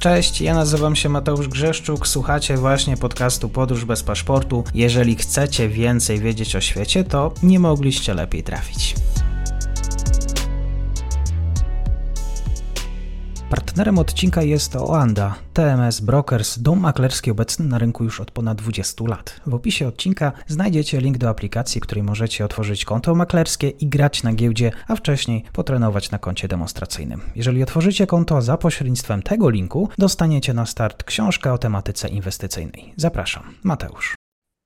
Cześć, ja nazywam się Mateusz Grzeszczuk, słuchacie właśnie podcastu Podróż bez paszportu. Jeżeli chcecie więcej wiedzieć o świecie, to nie mogliście lepiej trafić. Partnerem odcinka jest Oanda, TMS Brokers, dom maklerski obecny na rynku już od ponad 20 lat. W opisie odcinka znajdziecie link do aplikacji, w której możecie otworzyć konto maklerskie i grać na giełdzie, a wcześniej potrenować na koncie demonstracyjnym. Jeżeli otworzycie konto za pośrednictwem tego linku, dostaniecie na start książkę o tematyce inwestycyjnej. Zapraszam, Mateusz.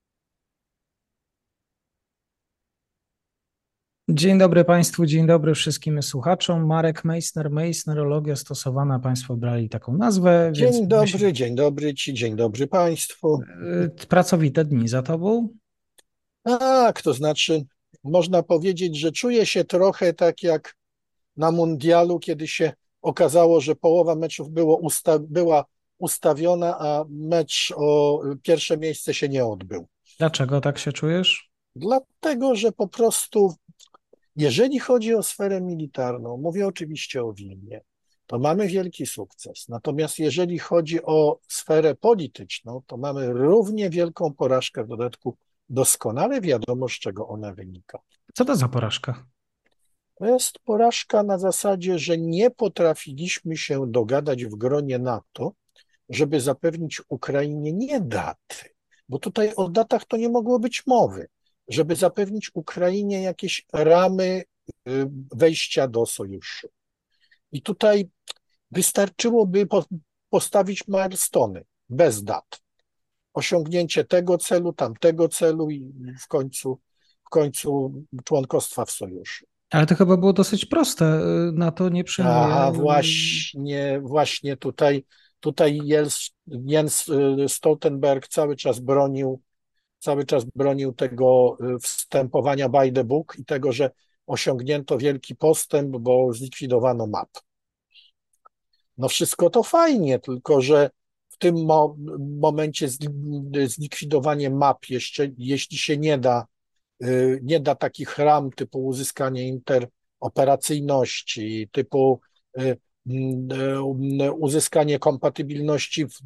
Dzień dobry Państwu, dzień dobry wszystkim słuchaczom. Marek Meissner, Meissnerologia stosowana. Państwo brali taką nazwę. Dzień dobry, dzień dobry Ci, dzień dobry Państwu. Pracowite dni za Tobą? Tak, to znaczy można powiedzieć, że czuję się trochę tak jak na mundialu, kiedy się okazało, że połowa meczów była ustawiona, a mecz o pierwsze miejsce się nie odbył. Dlaczego tak się czujesz? Dlatego, że po prostu jeżeli chodzi o sferę militarną, mówię oczywiście o Wilnie, to mamy wielki sukces. Natomiast jeżeli chodzi o sferę polityczną, to mamy równie wielką porażkę, w dodatku doskonale wiadomo, z czego ona wynika. Co to za porażka? To jest porażka na zasadzie, że nie potrafiliśmy się dogadać w gronie NATO, żeby zapewnić Ukrainie nie daty, bo tutaj o datach to nie mogło być mowy, żeby zapewnić Ukrainie jakieś ramy wejścia do sojuszu. I tutaj wystarczyłoby postawić milestony bez dat. Osiągnięcie tego celu, tamtego celu i w końcu członkostwa w sojuszu. Ale to chyba było dosyć proste. NATO nie przyjmuje... A właśnie tutaj Jens Stoltenberg cały czas bronił tego wstępowania by the book i tego, że osiągnięto wielki postęp, bo zlikwidowano MAP. No wszystko to fajnie, tylko że w tym momencie zlikwidowanie MAP jeszcze, jeśli się nie da takich ram typu uzyskanie interoperacyjności, typu uzyskanie kompatybilności w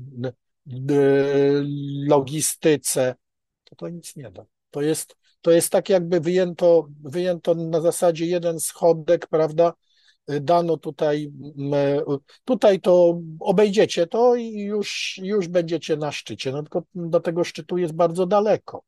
logistyce, to nic nie da. To jest tak, jakby wyjęto na zasadzie jeden schodek, prawda? Dano tutaj to obejdziecie to i już będziecie na szczycie. No tylko do tego szczytu jest bardzo daleko.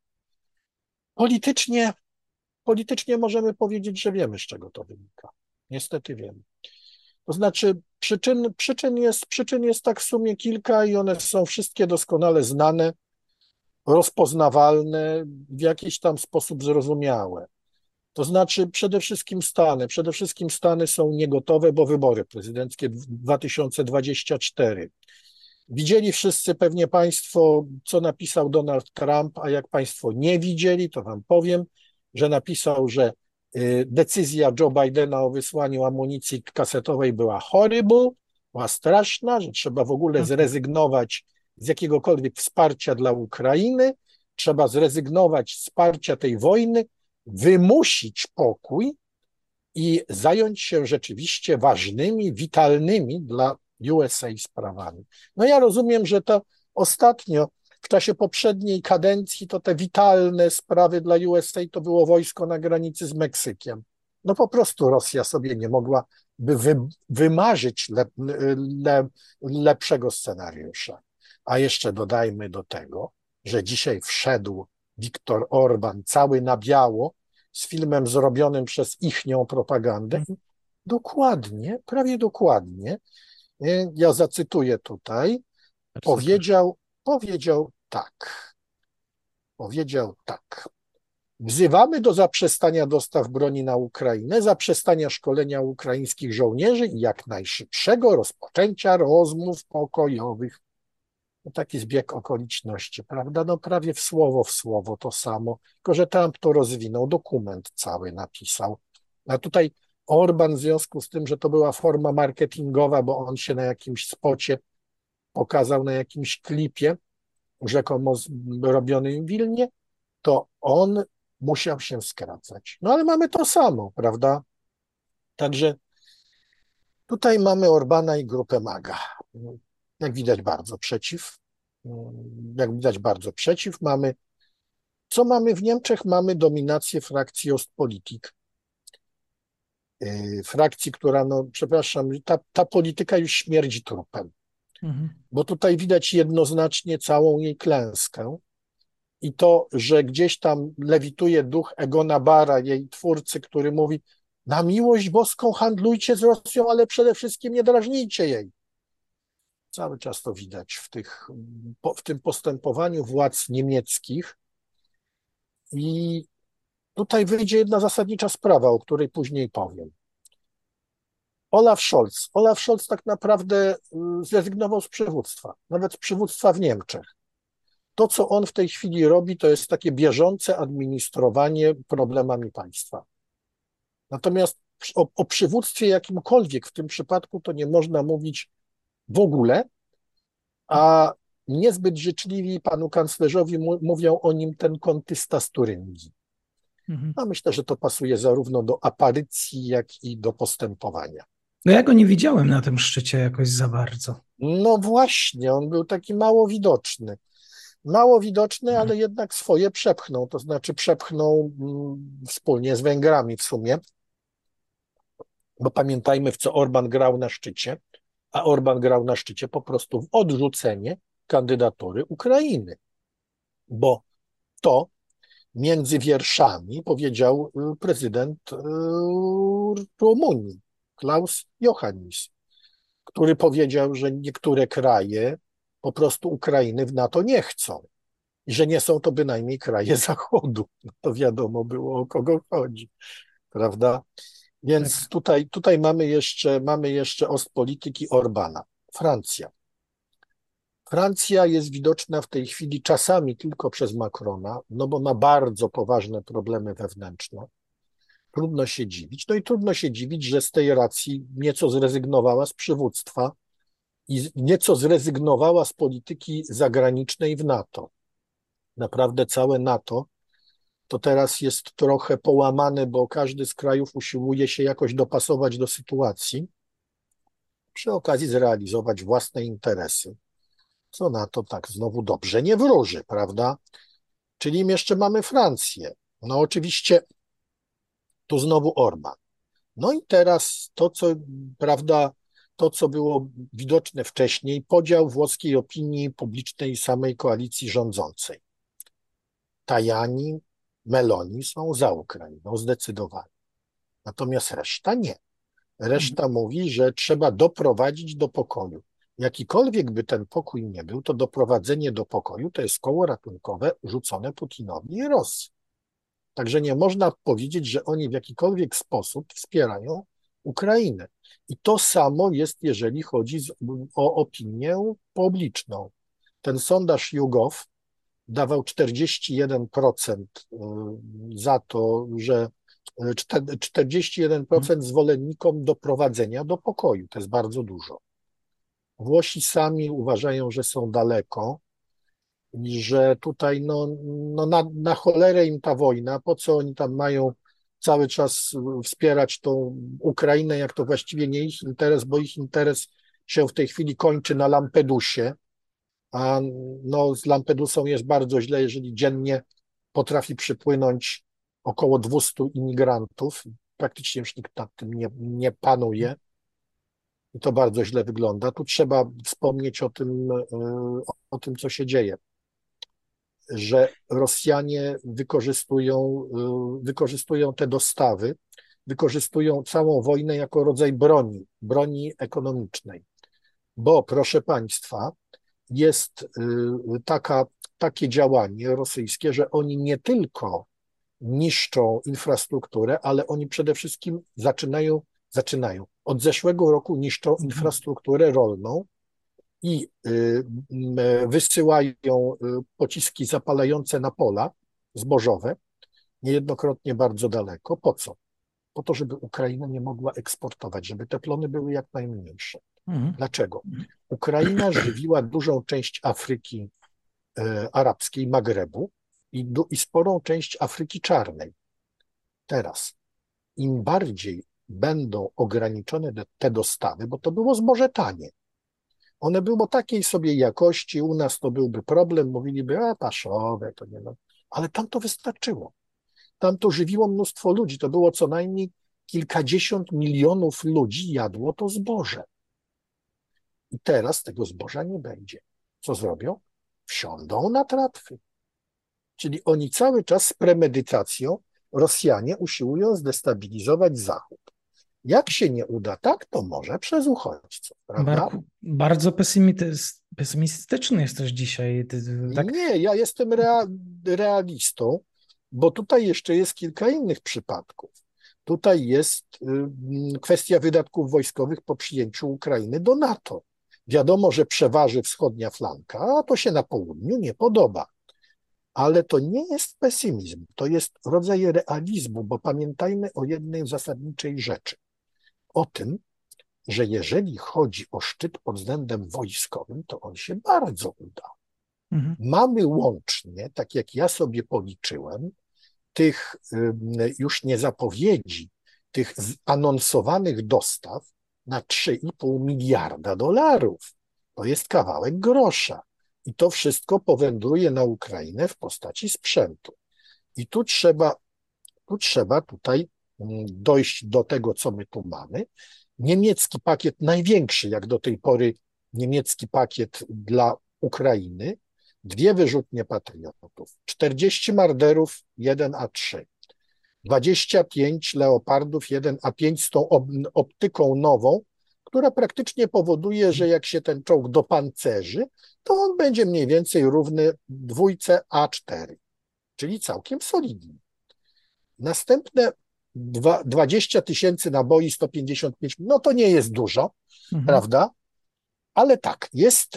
Politycznie możemy powiedzieć, że wiemy, z czego to wynika. Niestety wiemy. To znaczy przyczyn jest tak w sumie kilka i one są wszystkie doskonale znane, rozpoznawalne, w jakiś tam sposób zrozumiałe. To znaczy przede wszystkim Stany są niegotowe, bo wybory prezydenckie 2024. Widzieli wszyscy pewnie Państwo, co napisał Donald Trump, a jak Państwo nie widzieli, to Wam powiem, że napisał, że decyzja Joe Bidena o wysłaniu amunicji kasetowej była horrible, była straszna, że trzeba w ogóle zrezygnować z jakiegokolwiek wsparcia dla Ukrainy, trzeba zrezygnować z wsparcia tej wojny, wymusić pokój i zająć się rzeczywiście ważnymi, witalnymi dla USA sprawami. No ja rozumiem, że to ostatnio, w czasie poprzedniej kadencji, to te witalne sprawy dla USA to było wojsko na granicy z Meksykiem. No po prostu Rosja sobie nie mogła wymarzyć lepszego scenariusza. A jeszcze dodajmy do tego, że dzisiaj wszedł Viktor Orban cały na biało z filmem zrobionym przez ichnią propagandę. Dokładnie, prawie dokładnie, ja zacytuję tutaj, powiedział tak. Wzywamy do zaprzestania dostaw broni na Ukrainę, zaprzestania szkolenia ukraińskich żołnierzy i jak najszybszego rozpoczęcia rozmów pokojowych. No taki zbieg okoliczności, prawda? No prawie w słowo to samo, tylko że Trump to rozwinął, dokument cały napisał. A tutaj Orban w związku z tym, że to była forma marketingowa, bo on się na jakimś spocie pokazał, na jakimś klipie, rzekomo robionym w Wilnie, to on musiał się skracać. No ale mamy to samo, prawda? Także tutaj mamy Orbana i grupę MAGA. jak widać bardzo przeciw. Jak widać bardzo przeciw. Co mamy w Niemczech? Mamy dominację frakcji Ostpolitik. Frakcji, która, no przepraszam, ta polityka już śmierdzi trupem, Mhm. bo tutaj widać jednoznacznie całą jej klęskę i to, że gdzieś tam lewituje duch Egona Bara, jej twórcy, który mówi: na miłość boską handlujcie z Rosją, ale przede wszystkim nie drażnijcie jej. Cały czas to widać w tym postępowaniu władz niemieckich i tutaj wyjdzie jedna zasadnicza sprawa, o której później powiem. Olaf Scholz. Olaf Scholz tak naprawdę zrezygnował z przywództwa, nawet z przywództwa w Niemczech. To, co on w tej chwili robi, to jest takie bieżące administrowanie problemami państwa. Natomiast o przywództwie jakimkolwiek w tym przypadku to nie można mówić w ogóle, a niezbyt życzliwi panu kanclerzowi mówią o nim ten kontysta z Turyngii. Mhm. A myślę, że to pasuje zarówno do aparycji, jak i do postępowania. No ja go nie widziałem na tym szczycie jakoś za bardzo. No właśnie, on był taki mało widoczny. Mało widoczny, ale jednak swoje przepchnął, to znaczy przepchnął wspólnie z Węgrami w sumie, bo pamiętajmy, w co Orban grał na szczycie, a Orban grał na szczycie po prostu w odrzucenie kandydatury Ukrainy, bo to między wierszami powiedział prezydent Rumunii, Klaus Iohannis, który powiedział, że niektóre kraje po prostu Ukrainy w NATO nie chcą i że nie są to bynajmniej kraje Zachodu. No to wiadomo było, o kogo chodzi, prawda? Więc Tak. tutaj mamy jeszcze ostpolityki Orbana. Francja. Francja jest widoczna w tej chwili czasami tylko przez Macrona, no bo ma bardzo poważne problemy wewnętrzne. Trudno się dziwić. No i trudno się dziwić, że z tej racji nieco zrezygnowała z przywództwa i nieco zrezygnowała z polityki zagranicznej w NATO. Naprawdę całe NATO to teraz jest trochę połamane, bo każdy z krajów usiłuje się jakoś dopasować do sytuacji, przy okazji zrealizować własne interesy, co NATO tak znowu dobrze nie wróży, prawda? Czyli jeszcze mamy Francję. No oczywiście tu znowu Orban. No i teraz to, co, prawda, to, co było widoczne wcześniej, podział włoskiej opinii publicznej i samej koalicji rządzącej. Tajani, Meloni są za Ukrainą, zdecydowanie. Natomiast reszta nie. Reszta mówi, że trzeba doprowadzić do pokoju. Jakikolwiek by ten pokój nie był, to doprowadzenie do pokoju to jest koło ratunkowe rzucone Putinowi i Rosji. Także nie można powiedzieć, że oni w jakikolwiek sposób wspierają Ukrainę. I to samo jest, jeżeli chodzi o opinię publiczną. Ten sondaż YouGov dawał 41% za to, że 41% zwolennikom doprowadzenia do pokoju. To jest bardzo dużo. Włosi sami uważają, że są daleko i że tutaj no na cholerę im ta wojna, po co oni tam mają cały czas wspierać tą Ukrainę, jak to właściwie nie ich interes, bo ich interes się w tej chwili kończy na Lampedusie, a no z Lampedusą jest bardzo źle, jeżeli dziennie potrafi przypłynąć około 200 imigrantów, praktycznie już nikt nad tym nie panuje i to bardzo źle wygląda. Tu trzeba wspomnieć o tym, co się dzieje, że Rosjanie wykorzystują te dostawy, wykorzystują całą wojnę jako rodzaj broni ekonomicznej. Bo, proszę Państwa, jest takie działanie rosyjskie, że oni nie tylko niszczą infrastrukturę, ale oni przede wszystkim zaczynają. Od zeszłego roku niszczą infrastrukturę rolną i wysyłają pociski zapalające na pola zbożowe, niejednokrotnie bardzo daleko. Po co? Po to, żeby Ukraina nie mogła eksportować, żeby te plony były jak najmniejsze. Dlaczego? Ukraina żywiła dużą część Afryki arabskiej, Magrebu i sporą część Afryki Czarnej. Teraz, im bardziej będą ograniczone te dostawy, bo to było zboże tanie, One były takiej sobie jakości, u nas to byłby problem, mówiliby, a paszowe, to nie no. Ale tam to wystarczyło. Tam to żywiło mnóstwo ludzi. To było co najmniej kilkadziesiąt milionów ludzi jadło to zboże. I teraz tego zboża nie będzie. Co zrobią? Wsiądą na tratwy. Czyli oni cały czas z premedytacją, Rosjanie usiłują zdestabilizować Zachód. Jak się nie uda tak, to może przez uchodźców, prawda? Marku, bardzo pesymistyczny jesteś dzisiaj. Tak? Nie, ja jestem realistą, bo tutaj jeszcze jest kilka innych przypadków. Tutaj jest kwestia wydatków wojskowych po przyjęciu Ukrainy do NATO. Wiadomo, że przeważy wschodnia flanka, a to się na południu nie podoba. Ale to nie jest pesymizm, to jest rodzaj realizmu, bo pamiętajmy o jednej zasadniczej rzeczy. O tym, że jeżeli chodzi o szczyt pod względem wojskowym, to on się bardzo udał. Mamy łącznie, tak jak ja sobie policzyłem, tych już nie zapowiedzi, tych anonsowanych dostaw na 3,5 miliarda dolarów. To jest kawałek grosza. I to wszystko powędruje na Ukrainę w postaci sprzętu. I tu trzeba tutaj dojść do tego, co my tu mamy. Niemiecki pakiet, największy jak do tej pory niemiecki pakiet dla Ukrainy, 2 wyrzutnie patriotów, 40 Marderów 1A3, 25 Leopardów 1A5 z tą optyką nową, która praktycznie powoduje, że jak się ten czołg dopancerzy, to on będzie mniej więcej równy 2 A4, czyli całkiem solidny. Następne 20 000 naboi, 155, no to nie jest dużo, prawda? Ale tak, jest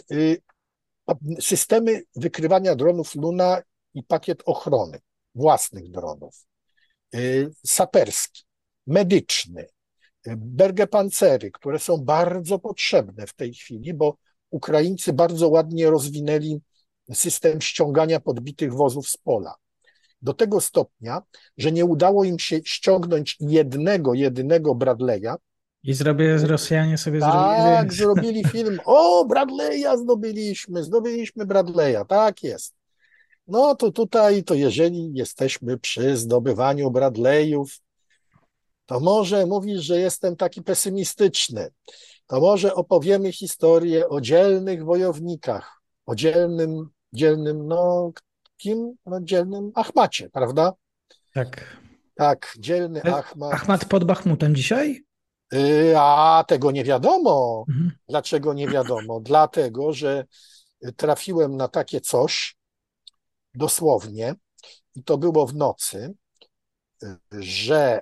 systemy wykrywania dronów Luna i pakiet ochrony własnych dronów, saperski, medyczny, Bergepancery, które są bardzo potrzebne w tej chwili, bo Ukraińcy bardzo ładnie rozwinęli system ściągania podbitych wozów z pola. Do tego stopnia, że nie udało im się ściągnąć jedynego Bradley'a. I Rosjanie sobie tak, zrobili film, o Bradley'a zdobyliśmy Bradley'a, tak jest. No to tutaj, to jeżeli jesteśmy przy zdobywaniu Bradley'ów, to może mówisz, że jestem taki pesymistyczny, to może opowiemy historię o dzielnych wojownikach, o dzielnym, no kim? No dzielnym Achmacie, prawda? Tak. Tak, dzielny Achmat. Achmat pod Bachmutem dzisiaj? A tego nie wiadomo. Dlaczego nie wiadomo? Dlatego, że trafiłem na takie coś, dosłownie, i to było w nocy, że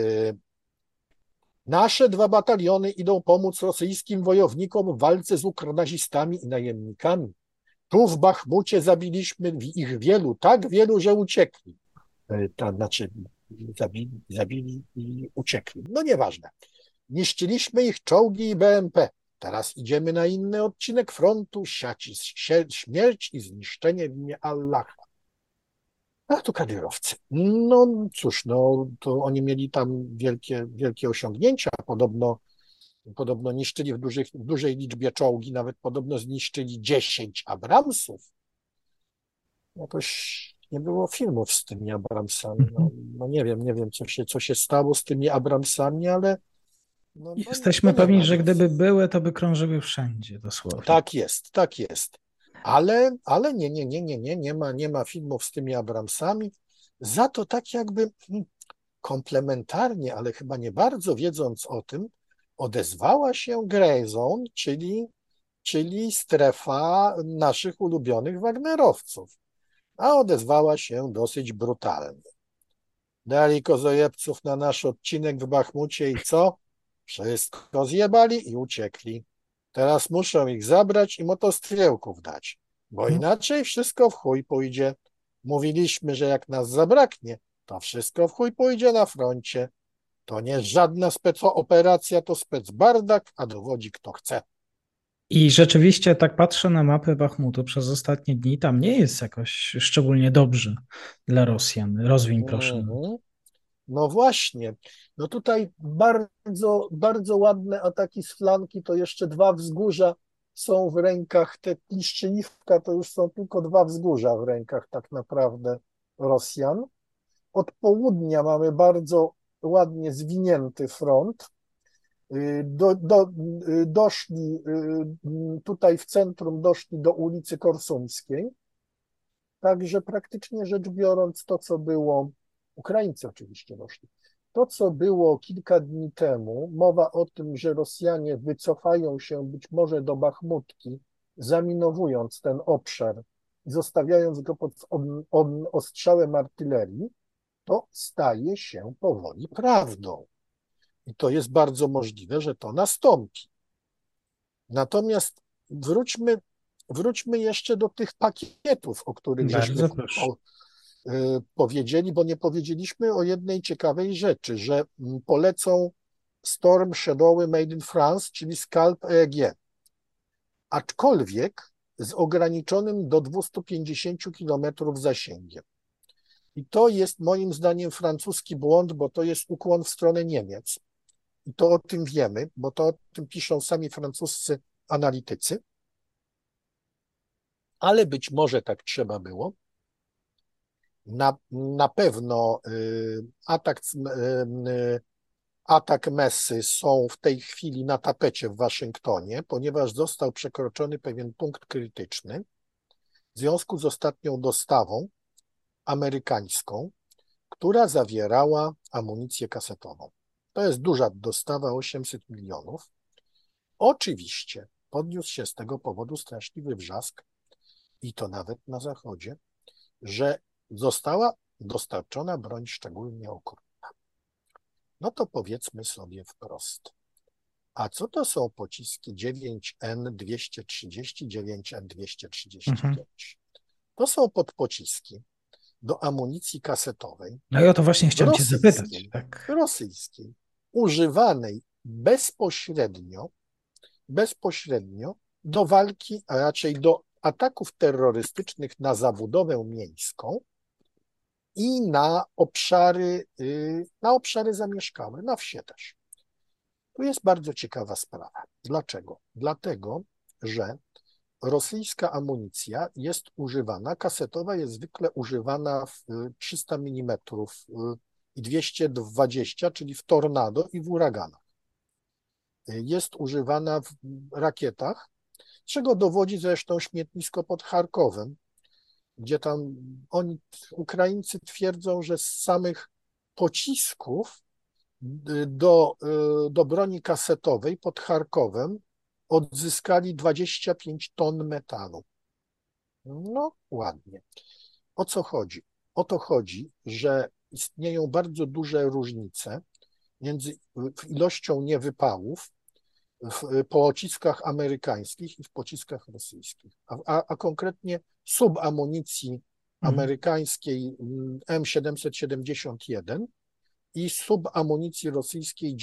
nasze 2 bataliony idą pomóc rosyjskim wojownikom w walce z ukronazistami i najemnikami. Tu w Bachmucie zabiliśmy ich wielu, tak wielu, że uciekli. Znaczy zabili i uciekli. No nieważne. Niszczyliśmy ich czołgi i BMP. Teraz idziemy na inny odcinek frontu, siać śmierć i zniszczenie w imię Allaha. A to kadyrowcy. No cóż, no to oni mieli tam wielkie osiągnięcia. Podobno niszczyli w dużej liczbie czołgi, nawet podobno zniszczyli 10 Abramsów. Jakoś nie było filmów z tymi Abramsami. No nie wiem, co się stało z tymi Abramsami, ale jesteśmy pewni, że gdyby były, to by krążyły wszędzie, dosłownie. Tak jest. Ale nie ma filmów z tymi Abramsami. Za to tak jakby komplementarnie, ale chyba nie bardzo wiedząc o tym, odezwała się Grey Zone, czyli strefa naszych ulubionych Wagnerowców. A odezwała się dosyć brutalnie. Dali kozojebców na nasz odcinek w Bachmucie i co? Wszystko zjebali i uciekli. Teraz muszą ich zabrać i motostrzelków dać, bo inaczej wszystko w chuj pójdzie. Mówiliśmy, że jak nas zabraknie, to wszystko w chuj pójdzie na froncie. To nie żadna specoperacja, to specbardak, a dowodzi kto chce. I rzeczywiście tak patrzę na mapę Bachmutu przez ostatnie dni, tam nie jest jakoś szczególnie dobrze dla Rosjan. Rozwiń proszę. No właśnie, no tutaj bardzo ładne ataki z flanki, to jeszcze 2 wzgórza są w rękach, te Pliszczyniówka to już są tylko dwa wzgórza w rękach tak naprawdę Rosjan. Od południa mamy bardzo ładnie zwinięty front. Doszli tutaj w centrum, doszli do ulicy Korsuńskiej. Także praktycznie rzecz biorąc, to co było, Ukraińcy oczywiście doszli, to co było kilka dni temu, mowa o tym, że Rosjanie wycofają się być może do Bachmutki, zaminowując ten obszar, zostawiając go pod ostrzałem artylerii, to staje się powoli prawdą. I to jest bardzo możliwe, że to nastąpi. Natomiast wróćmy jeszcze do tych pakietów, o których żeśmy Bardzo proszę. powiedzieli, bo nie powiedzieliśmy o jednej ciekawej rzeczy, że polecą Storm Shadowy Made in France, czyli Scalp EEG, aczkolwiek z ograniczonym do 250 km zasięgiem. I to jest moim zdaniem francuski błąd, bo to jest ukłon w stronę Niemiec. I to o tym wiemy, bo to o tym piszą sami francuscy analitycy. Ale być może tak trzeba było. Na pewno atak Messy są w tej chwili na tapecie w Waszyngtonie, ponieważ został przekroczony pewien punkt krytyczny w związku z ostatnią dostawą amerykańską, która zawierała amunicję kasetową. To jest duża dostawa, 800 milionów. Oczywiście podniósł się z tego powodu straszliwy wrzask, i to nawet na Zachodzie, że została dostarczona broń szczególnie okrutna. No to powiedzmy sobie wprost. A co to są pociski 9N230, 9N235? To są podpociski do amunicji kasetowej. No i o to właśnie chciałem cię zapytać. Rosyjskiej, używanej bezpośrednio do walki, a raczej do ataków terrorystycznych na zabudowę miejską i na obszary zamieszkałe, na wsie też. Tu jest bardzo ciekawa sprawa. Dlaczego? Dlatego, że rosyjska amunicja jest używana, kasetowa jest zwykle używana w 300 mm i 220, czyli w tornado i w uraganach. Jest używana w rakietach, czego dowodzi zresztą śmietnisko pod Charkowem, gdzie tam Ukraińcy twierdzą, że z samych pocisków do broni kasetowej pod Charkowem odzyskali 25 ton metalu. No ładnie. O co chodzi? O to chodzi, że istnieją bardzo duże różnice między ilością niewypałów w pociskach amerykańskich i w pociskach rosyjskich, a konkretnie subamunicji amerykańskiej M771 i subamunicji rosyjskiej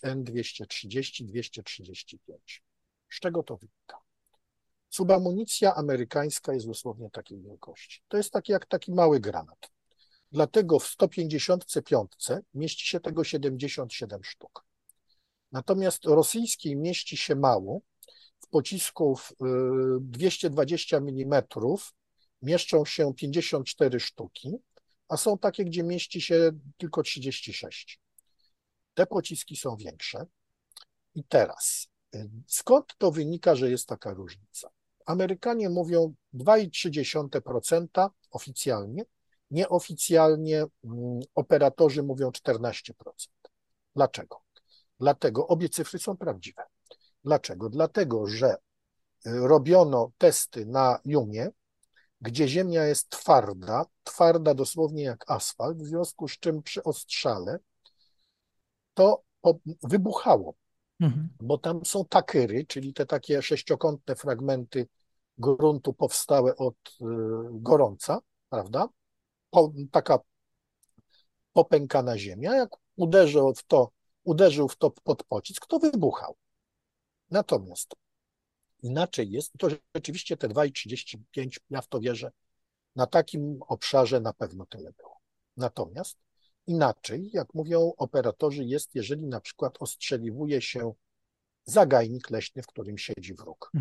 9N230-235. Z czego to wynika? Subamunicja amerykańska jest dosłownie takiej wielkości. To jest taki jak taki mały granat. Dlatego w 155 mieści się tego 77 sztuk. Natomiast rosyjskiej mieści się mało. W pocisków 220 mm mieszczą się 54 sztuki, a są takie, gdzie mieści się tylko 36. Te pociski są większe. I teraz, skąd to wynika, że jest taka różnica? Amerykanie mówią 2,3% oficjalnie, nieoficjalnie operatorzy mówią 14%. Dlaczego? Dlatego obie cyfry są prawdziwe. Dlaczego? Dlatego, że robiono testy na Jumie, gdzie ziemia jest twarda dosłownie jak asfalt, w związku z czym przy ostrzale to wybuchało, bo tam są takyry, czyli te takie sześciokątne fragmenty gruntu powstałe od gorąca, prawda? Taka popękana ziemia, jak uderzył w to pod pocisk, to wybuchał. Natomiast inaczej jest, to rzeczywiście te 2,35, ja w to wierzę, na takim obszarze na pewno tyle było. Natomiast inaczej, jak mówią operatorzy, jest, jeżeli na przykład ostrzeliwuje się zagajnik leśny, w którym siedzi wróg.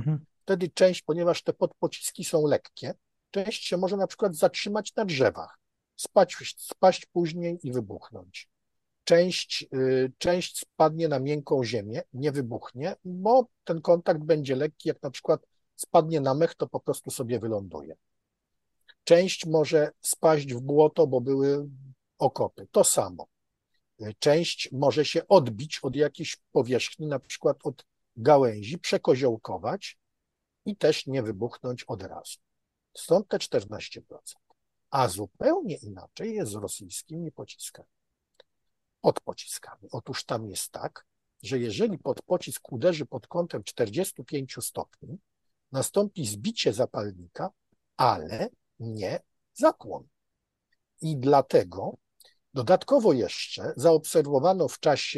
Wtedy część, ponieważ te podpociski są lekkie, część się może na przykład zatrzymać na drzewach, spaść później i wybuchnąć. Część spadnie na miękką ziemię, nie wybuchnie, bo ten kontakt będzie lekki, jak na przykład spadnie na mech, to po prostu sobie wyląduje. Część może spaść w błoto, bo były okopy. To samo. Część może się odbić od jakiejś powierzchni, na przykład od gałęzi, przekoziołkować i też nie wybuchnąć od razu. Stąd te 14%. A zupełnie inaczej jest z rosyjskimi pociskami. Podpociskami. Otóż tam jest tak, że jeżeli podpocisk uderzy pod kątem 45 stopni, nastąpi zbicie zapalnika, ale nie zapłon. I dlatego dodatkowo jeszcze zaobserwowano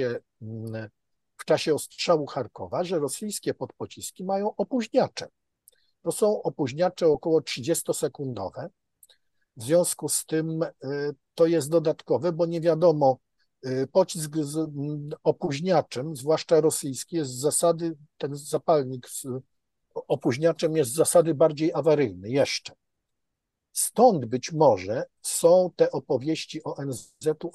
w czasie ostrzału Charkowa, że rosyjskie podpociski mają opóźniacze. To są opóźniacze około 30-sekundowe. W związku z tym to jest dodatkowe, bo nie wiadomo, pocisk z opóźniaczem, zwłaszcza rosyjski, jest z zasady, ten zapalnik z opóźniaczem jest z zasady bardziej awaryjny jeszcze. Stąd być może są te opowieści ONZ-u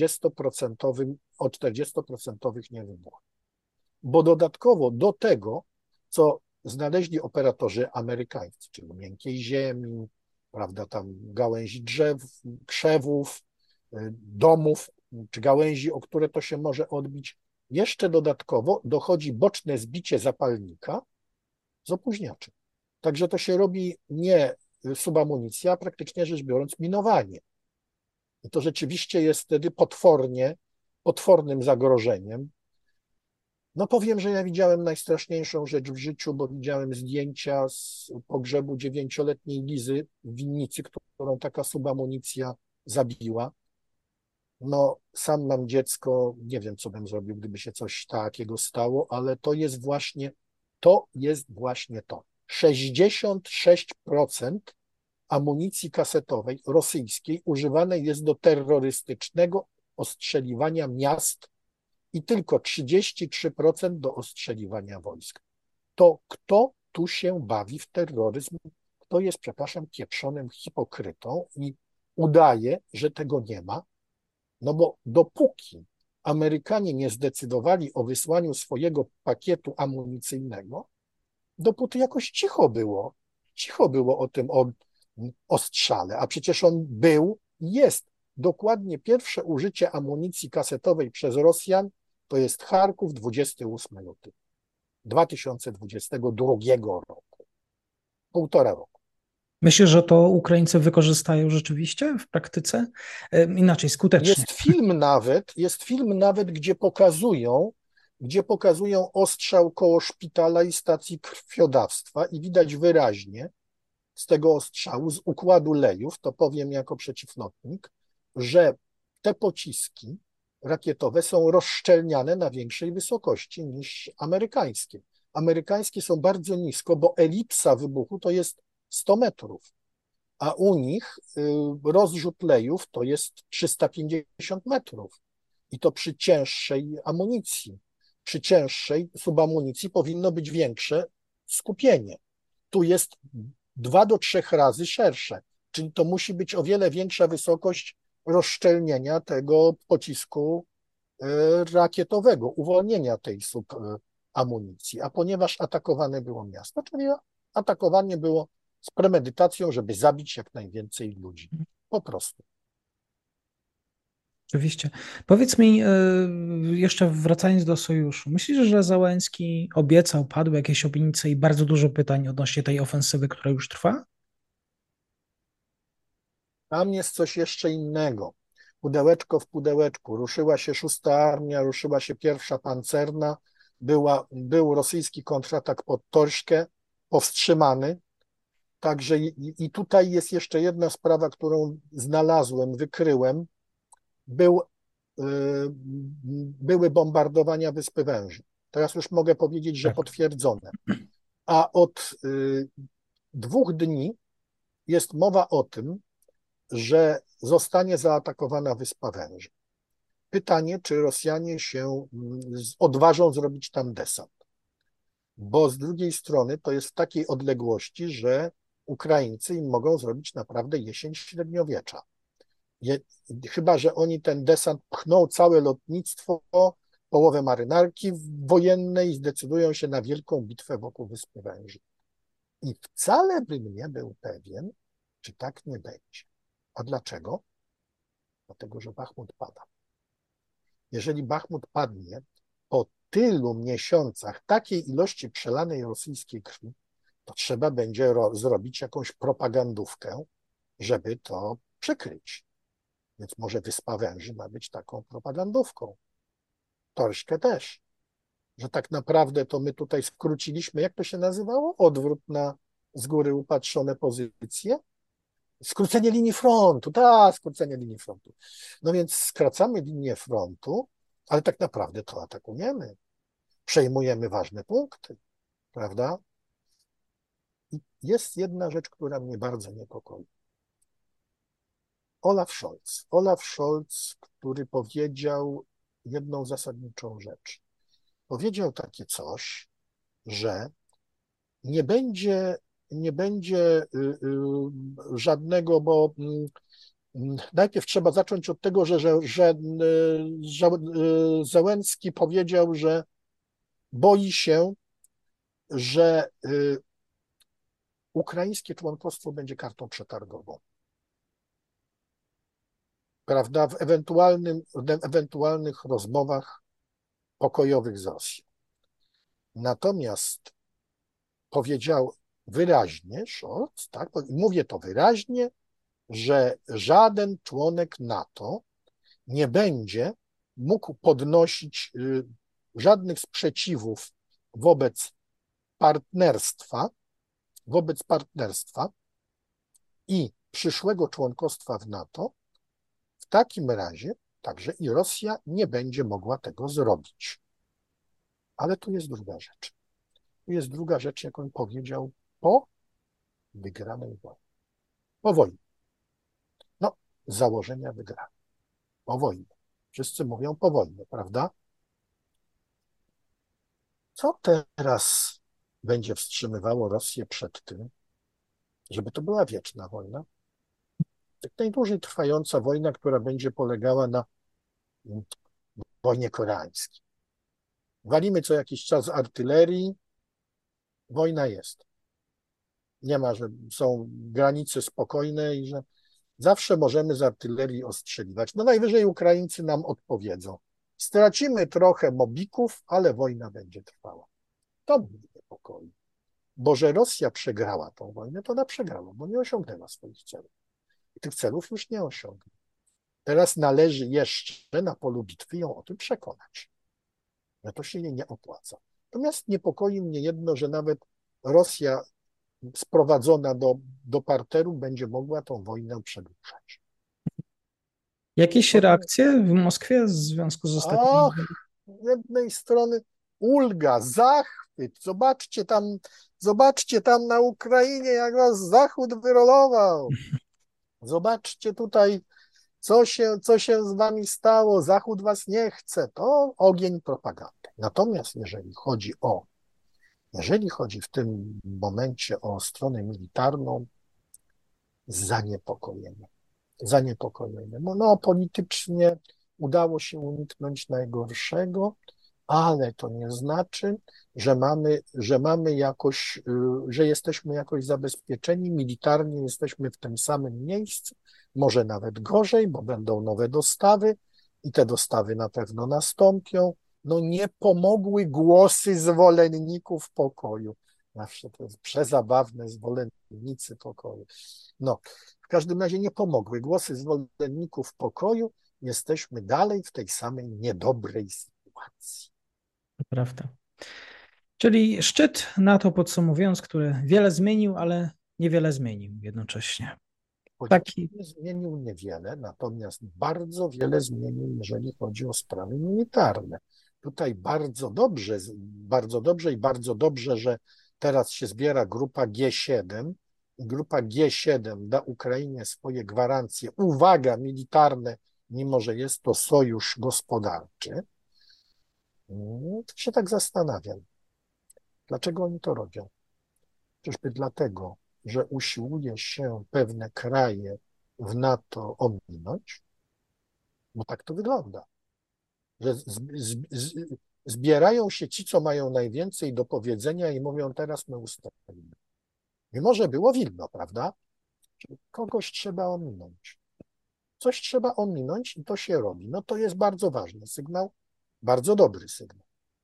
o 40% niewybuchach. Bo dodatkowo do tego, co znaleźli operatorzy amerykańscy, czyli miękkiej ziemi, prawda, tam gałęzi drzew, krzewów, domów, czy gałęzi, o które to się może odbić, jeszcze dodatkowo dochodzi boczne zbicie zapalnika z opóźniaczem. Także to się robi nie subamunicja, a praktycznie rzecz biorąc minowanie. I to rzeczywiście jest wtedy potwornym zagrożeniem. No powiem, że ja widziałem najstraszniejszą rzecz w życiu, bo widziałem zdjęcia z pogrzebu 9-letniej Lizy w winnicy, którą taka subamunicja zabiła. No sam mam dziecko, nie wiem, co bym zrobił, gdyby się coś takiego stało, ale to jest właśnie to. 66% amunicji kasetowej rosyjskiej używanej jest do terrorystycznego ostrzeliwania miast i tylko 33% do ostrzeliwania wojsk. To kto tu się bawi w terroryzm? Kto jest, przepraszam, pieprzonym hipokrytą i udaje, że tego nie ma? No bo dopóki Amerykanie nie zdecydowali o wysłaniu swojego pakietu amunicyjnego, dopóty jakoś cicho było o tym ostrzale, a przecież on był i jest. Dokładnie pierwsze użycie amunicji kasetowej przez Rosjan to jest Charków 28 lutego 2022 roku. 1,5 roku. Myślę, że to Ukraińcy wykorzystają rzeczywiście w praktyce? Inaczej, skutecznie. Jest film nawet, gdzie pokazują ostrzał koło szpitala i stacji krwiodawstwa i widać wyraźnie z tego ostrzału, z układu lejów, to powiem jako przeciwlotnik, że te pociski rakietowe są rozszczelniane na większej wysokości niż amerykańskie. Amerykańskie są bardzo nisko, bo elipsa wybuchu to jest 100 metrów, a u nich rozrzut lejów to jest 350 metrów. I to przy cięższej amunicji. Przy cięższej subamunicji powinno być większe skupienie. Tu jest 2 do 3 razy szersze, czyli to musi być o wiele większa wysokość rozszczelnienia tego pocisku rakietowego, uwolnienia tej subamunicji. A ponieważ atakowane było miasto, czyli atakowanie było z premedytacją, żeby zabić jak najwięcej ludzi. Po prostu. Oczywiście. Powiedz mi, jeszcze wracając do sojuszu, myślisz, że Zełenski obiecał, padły jakieś obietnice i bardzo dużo pytań odnośnie tej ofensywy, która już trwa? Tam jest coś jeszcze innego. Pudełeczko w pudełeczku. Ruszyła się 6. Armia, ruszyła się 1. Pancerna, był rosyjski kontratak pod Torszkę, powstrzymany. Także i tutaj jest jeszcze jedna sprawa, którą znalazłem, wykryłem. Były bombardowania Wyspy Węży. Teraz już mogę powiedzieć, że Tak. potwierdzone. A od 2 dni jest mowa o tym, że zostanie zaatakowana Wyspa Węży. Pytanie, czy Rosjanie się odważą zrobić tam desant. bo z drugiej strony to jest w takiej odległości, że Ukraińcy im mogą zrobić naprawdę jesień średniowiecza. Je, chyba że oni ten desant pchną całe lotnictwo, połowę marynarki wojennej i zdecydują się na wielką bitwę wokół Wyspy Węży. I wcale bym nie był pewien, czy tak nie będzie. A dlaczego? Dlatego, że Bachmut pada. Jeżeli Bachmut padnie po tylu miesiącach takiej ilości przelanej rosyjskiej krwi, to trzeba będzie zrobić jakąś propagandówkę, żeby to przykryć. Więc może Wyspa Węży ma być taką propagandówką. Torśkę też. Że tak naprawdę to my tutaj skróciliśmy, jak to się nazywało? Odwrót na z góry upatrzone pozycje. Skrócenie linii frontu, tak, skrócenie linii frontu. No więc skracamy linię frontu, ale tak naprawdę to atakujemy. Przejmujemy ważne punkty, prawda? I jest jedna rzecz, która mnie bardzo niepokoi. Olaf Scholz. Olaf Scholz, który powiedział jedną zasadniczą rzecz. Powiedział takie coś, że nie będzie żadnego, bo najpierw trzeba zacząć od tego, że Zełenski powiedział, że boi się, że ukraińskie członkostwo będzie kartą przetargową. Prawda, w ewentualnych rozmowach pokojowych z Rosją. Natomiast powiedział wyraźnie, Scholz, tak, mówię to wyraźnie, że żaden członek NATO nie będzie mógł podnosić żadnych sprzeciwów wobec partnerstwa i przyszłego członkostwa w NATO. W takim razie także i Rosja nie będzie mogła tego zrobić. Ale tu jest druga rzecz. Tu jest druga rzecz, jaką powiedział po wygranej wojnie. Po wojnie. No, z założenia wygrany. Po wojnie. Wszyscy mówią po wojnie, prawda? Co teraz będzie wstrzymywało Rosję przed tym, żeby to była wieczna wojna? Tak najdłużej trwająca wojna, która będzie polegała na wojnie koreańskiej. Walimy co jakiś czas z artylerii, wojna jest. Nie ma, że są granice spokojne i że zawsze możemy z artylerii ostrzeliwać. No najwyżej Ukraińcy nam odpowiedzą. Stracimy trochę mobików, ale wojna będzie trwała. To mnie niepokoi. Bo że Rosja przegrała tą wojnę, to ona przegrała, bo nie osiągnęła swoich celów. I tych celów już nie osiągnie. Teraz należy jeszcze na polu bitwy ją o tym przekonać, że to się jej nie opłaca. Natomiast niepokoi mnie jedno, że nawet Rosja sprowadzona do parteru będzie mogła tą wojnę przedłużać. Jakieś reakcje w Moskwie w związku z ostatnim? Ach, z jednej strony ulga, zachwyt. Zobaczcie tam na Ukrainie, jak was Zachód wyrolował. Zobaczcie tutaj, co się z wami stało. Zachód was nie chce. To ogień propagandy. Natomiast jeżeli chodzi w tym momencie o stronę militarną, zaniepokojenie. Zaniepokojenie. No, politycznie udało się uniknąć najgorszego, ale to nie znaczy, że mamy jakoś, że jesteśmy jakoś zabezpieczeni, militarnie jesteśmy w tym samym miejscu, może nawet gorzej, bo będą nowe dostawy i te dostawy na pewno nastąpią. No nie pomogły głosy zwolenników pokoju. Zawsze to jest przezabawne, zwolennicy pokoju. No, w każdym razie nie pomogły głosy zwolenników pokoju. Jesteśmy dalej w tej samej niedobrej sytuacji. To prawda. Czyli szczyt NATO, podsumowując, który wiele zmienił, ale niewiele zmienił jednocześnie. Taki. Nie zmienił niewiele, natomiast bardzo wiele zmienił, jeżeli chodzi o sprawy militarne. Tutaj bardzo dobrze i bardzo dobrze, że teraz się zbiera grupa G7 i grupa G7 da Ukrainie swoje gwarancje, uwaga, militarne, mimo że jest to sojusz gospodarczy. To się tak zastanawiam. Dlaczego oni to robią? Czyżby dlatego, że usiłuje się pewne kraje w NATO ominąć? Bo tak to wygląda, że zbierają się ci, co mają najwięcej do powiedzenia i mówią, teraz my ustąpimy. Mimo, że było Wilno, prawda? Kogoś trzeba ominąć. Coś trzeba ominąć i to się robi. No to jest bardzo ważny sygnał, bardzo dobry sygnał.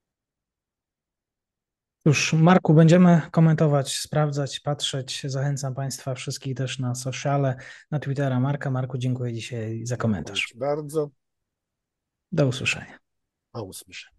Już, Marku, będziemy komentować, sprawdzać, patrzeć. Zachęcam Państwa wszystkich też na sociale, na Twittera Marka. Marku, dziękuję dzisiaj za Dziękuję komentarz. Ci bardzo. Do usłyszenia. Do usłyszenia.